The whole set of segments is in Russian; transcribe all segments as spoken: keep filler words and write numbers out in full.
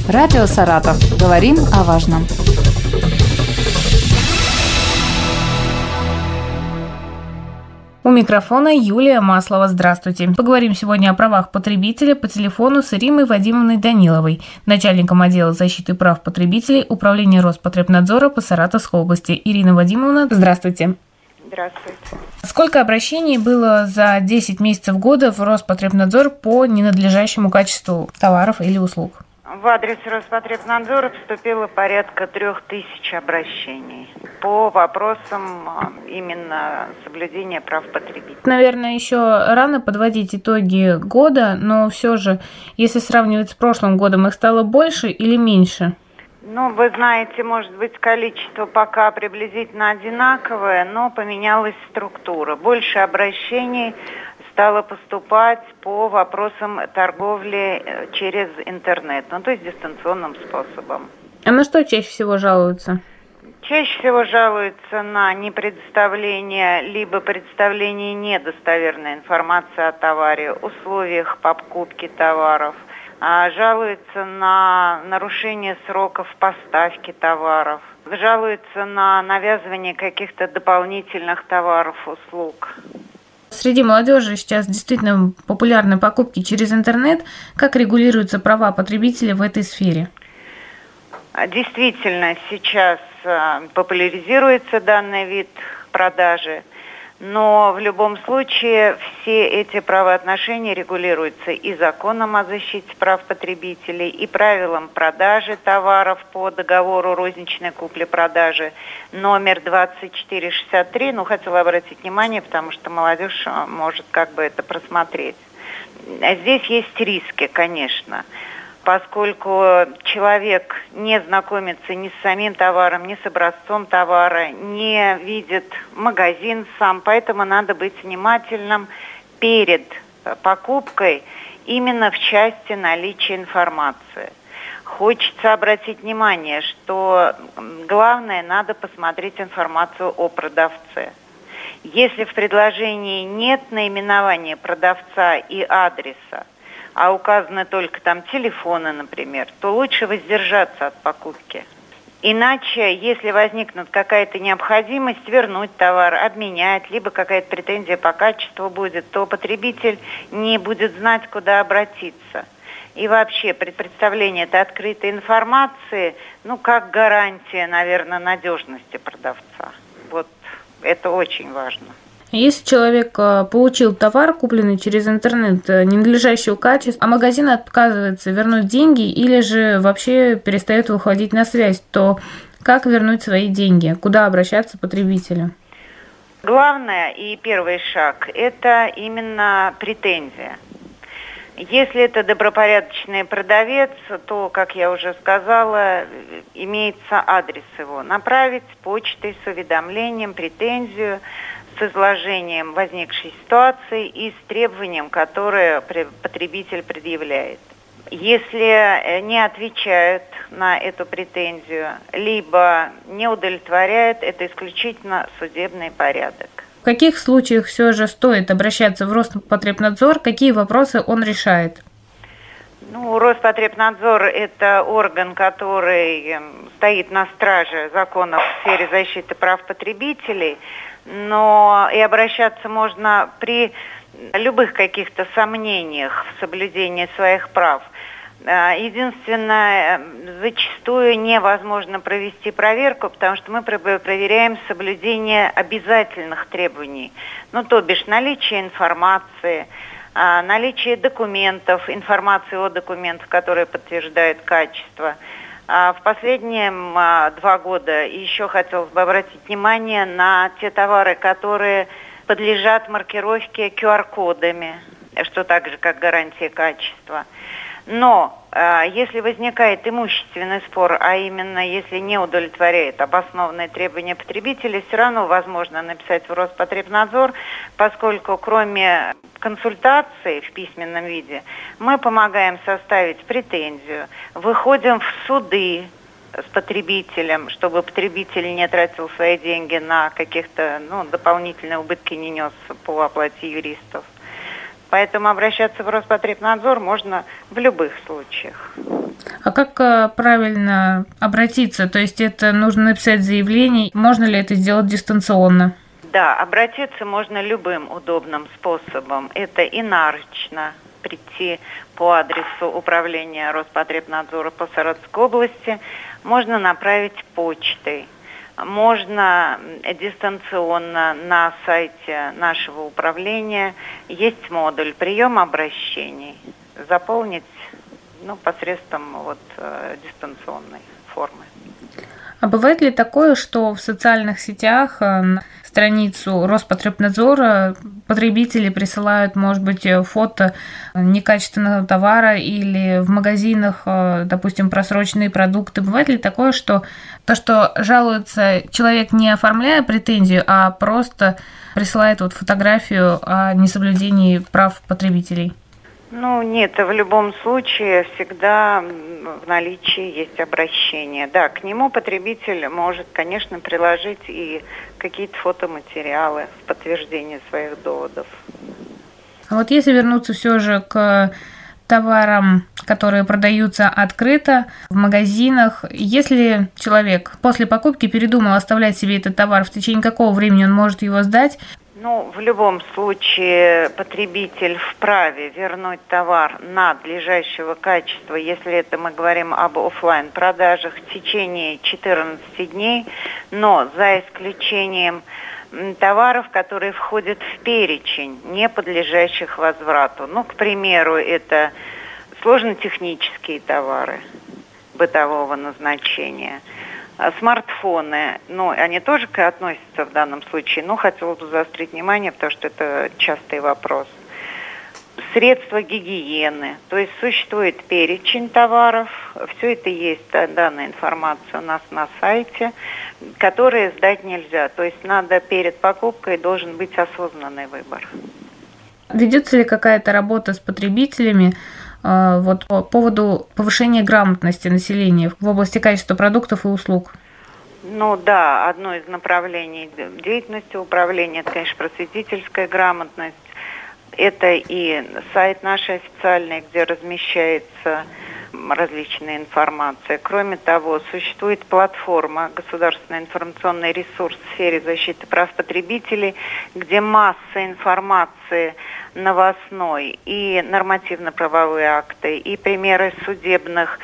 Радио «Саратов». Говорим о важном. У микрофона Юлия Маслова. Здравствуйте. Поговорим сегодня о правах потребителя по телефону с Римой Вадимовной Даниловой, начальником отдела защиты прав потребителей Управления Роспотребнадзора по Саратовской области. Ирина Вадимовна, здравствуйте. Здравствуйте. Сколько обращений было за десять месяцев года в Роспотребнадзор по ненадлежащему качеству товаров или услуг? В адрес Роспотребнадзора поступило порядка трех тысяч обращений по вопросам именно соблюдения прав потребителей. Наверное, еще рано подводить итоги года, но все же, если сравнивать с прошлым годом, их стало больше или меньше? Ну, вы знаете, может быть, количество пока приблизительно одинаковое, но поменялась структура. Больше обращений стало поступать по вопросам торговли через интернет, ну, то есть дистанционным способом. А на что чаще всего жалуются? Чаще всего жалуются на непредоставление, либо представление недостоверной информации о товаре, условиях покупки товаров, а жалуются на нарушение сроков поставки товаров, жалуются на навязывание каких-то дополнительных товаров, услуг. Среди молодежи сейчас действительно популярны покупки через интернет. Как регулируются права потребителей в этой сфере? Действительно, сейчас популяризируется данный вид продажи, но в любом случае все эти правоотношения регулируются и законом о защите прав потребителей, и правилом продажи товаров по договору розничной купли-продажи номер двадцать четыре шестьдесят три. Ну, хотела обратить внимание, потому что молодежь может как бы это просмотреть. Здесь есть риски, конечно, поскольку человек не знакомится ни с самим товаром, ни с образцом товара, не видит магазин сам, поэтому надо быть внимательным перед покупкой именно в части наличия информации. Хочется обратить внимание, что главное, надо посмотреть информацию о продавце. Если в предложении нет наименования продавца и адреса, а указаны только там телефоны, например, то лучше воздержаться от покупки. Иначе, если возникнет какая-то необходимость вернуть товар, обменять, либо какая-то претензия по качеству будет, то потребитель не будет знать, куда обратиться. И вообще, предоставление этой открытой информации, ну, как гарантия, наверное, надежности продавца. Вот это очень важно. Если человек получил товар, купленный через интернет, ненадлежащего качества, а магазин отказывается вернуть деньги или же вообще перестает выходить на связь, то как вернуть свои деньги? Куда обращаться потребителю? Главное и первый шаг – это именно претензия. Если это добропорядочный продавец, то, как я уже сказала, имеется адрес его. Направить почтой с уведомлением, претензию, с изложением возникшей ситуации и с требованием, которое потребитель предъявляет. Если не отвечают на эту претензию, либо не удовлетворяют, это исключительно судебный порядок. В каких случаях все же стоит обращаться в Роспотребнадзор? Какие вопросы он решает? Ну, Роспотребнадзор – это орган, который стоит на страже законов в сфере защиты прав потребителей, но и обращаться можно при любых каких-то сомнениях в соблюдении своих прав. Единственное, зачастую невозможно провести проверку, потому что мы проверяем соблюдение обязательных требований, ну, то бишь наличие информации, наличие документов, информации о документах, которые подтверждают качество. В последние два года еще хотелось бы обратить внимание на те товары, которые подлежат маркировке ку ар-кодами, что так же, как гарантия качества. Но э, если возникает имущественный спор, а именно если не удовлетворяет обоснованные требования потребителя, все равно возможно написать в Роспотребнадзор, поскольку кроме консультации в письменном виде мы помогаем составить претензию, выходим в суды с потребителем, чтобы потребитель не тратил свои деньги на каких-то ну, дополнительные убытки, не нес по оплате юристов. Поэтому обращаться в Роспотребнадзор можно в любых случаях. А как правильно обратиться? То есть это нужно написать заявление? Можно ли это сделать дистанционно? Да, обратиться можно любым удобным способом. Это и нарочно прийти по адресу управления Роспотребнадзора по Саратовской области, можно направить почтой. Можно дистанционно на сайте нашего управления. Есть модуль приема обращений. Заполнить ну, посредством вот, э, дистанционной формы. А бывает ли такое, что в социальных сетях на страницу Роспотребнадзора потребители присылают, может быть, фото некачественного товара или в магазинах, допустим, просроченные продукты? Бывает ли такое, что то, что жалуется человек, не оформляя претензию, а просто присылает вот фотографию о несоблюдении прав потребителей? Ну, нет, в любом случае всегда в наличии есть обращение. Да, к нему потребитель может, конечно, приложить и какие-то фотоматериалы в подтверждение своих доводов. А вот если вернуться все же к товарам, которые продаются открыто в магазинах, если человек после покупки передумал оставлять себе этот товар, в течение какого времени он может его сдать? Ну, в любом случае потребитель вправе вернуть товар надлежащего качества, если это мы говорим об офлайн-продажах, в течение четырнадцати дней, но за исключением товаров, которые входят в перечень, не подлежащих возврату. Ну, к примеру, это сложно-технические товары бытового назначения. Смартфоны, ну, они тоже относятся в данном случае, но хотелось бы заострить внимание, потому что это частый вопрос. Средства гигиены, то есть существует перечень товаров, все это есть, данная информация у нас на сайте, которые сдать нельзя, то есть надо перед покупкой должен быть осознанный выбор. Ведется ли какая-то работа с потребителями вот по поводу повышения грамотности населения в области качества продуктов и услуг? Ну да, одно из направлений деятельности управления, это, конечно, просветительская грамотность. Это и сайт наш официальный, где размещается различная информация. Кроме того, существует платформа «Государственный информационный ресурс» в сфере защиты прав потребителей, где масса информации новостной, и нормативно-правовые акты, и примеры судебных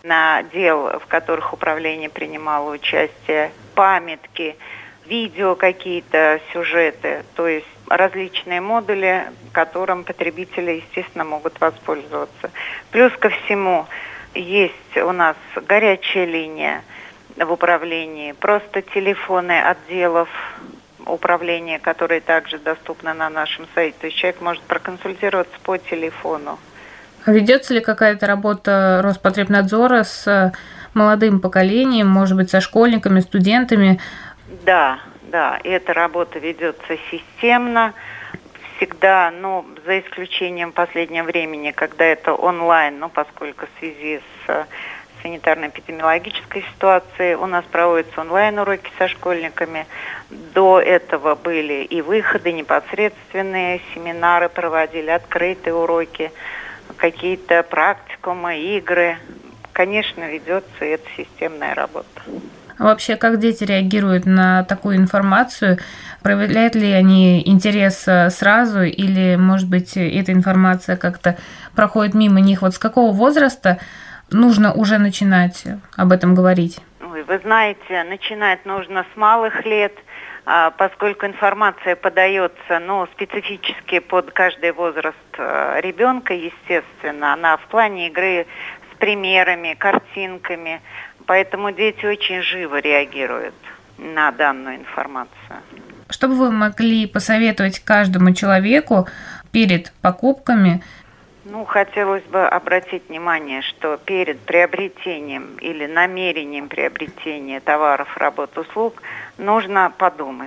дел, в которых управление принимало участие, памятки, видео какие-то, сюжеты, то есть различные модули, которым потребители, естественно, могут воспользоваться. Плюс ко всему есть у нас горячая линия в управлении, просто телефоны отделов управления, которые также доступны на нашем сайте. То есть человек может проконсультироваться по телефону. А ведется ли какая-то работа Роспотребнадзора с молодым поколением, может быть, со школьниками, студентами? Да, да, эта работа ведется системно, всегда, ну, за исключением последнего времени, когда это онлайн, ну, поскольку в связи с санитарно-эпидемиологической ситуацией у нас проводятся онлайн-уроки со школьниками. До этого были и выходы непосредственные, семинары проводили, открытые уроки, какие-то практикумы, игры. Конечно, ведется эта системная работа. А вообще, как дети реагируют на такую информацию? Проявляют ли они интерес сразу или, может быть, эта информация как-то проходит мимо них? Вот с какого возраста нужно уже начинать об этом говорить? Ой, вы знаете, начинать нужно с малых лет, поскольку информация подается, ну, специфически под каждый возраст ребенка, естественно. Она в плане игры с примерами, картинками. Поэтому дети очень живо реагируют на данную информацию. Что бы вы могли посоветовать каждому человеку перед покупками? Ну, хотелось бы обратить внимание, что перед приобретением или намерением приобретения товаров, работ, услуг нужно подумать.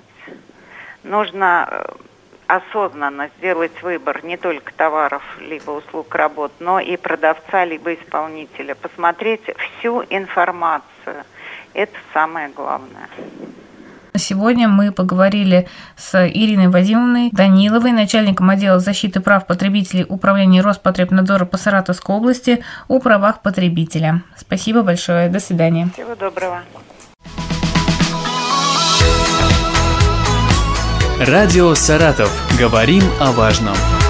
Нужно осознанно сделать выбор не только товаров, либо услуг, работ, но и продавца, либо исполнителя. Посмотреть всю информацию. Это самое главное. Сегодня мы поговорили с Ириной Вадимовной Даниловой, начальником отдела защиты прав потребителей Управления Роспотребнадзора по Саратовской области, о правах потребителя. Спасибо большое. До свидания. Всего доброго. Радио «Саратов». Говорим о важном.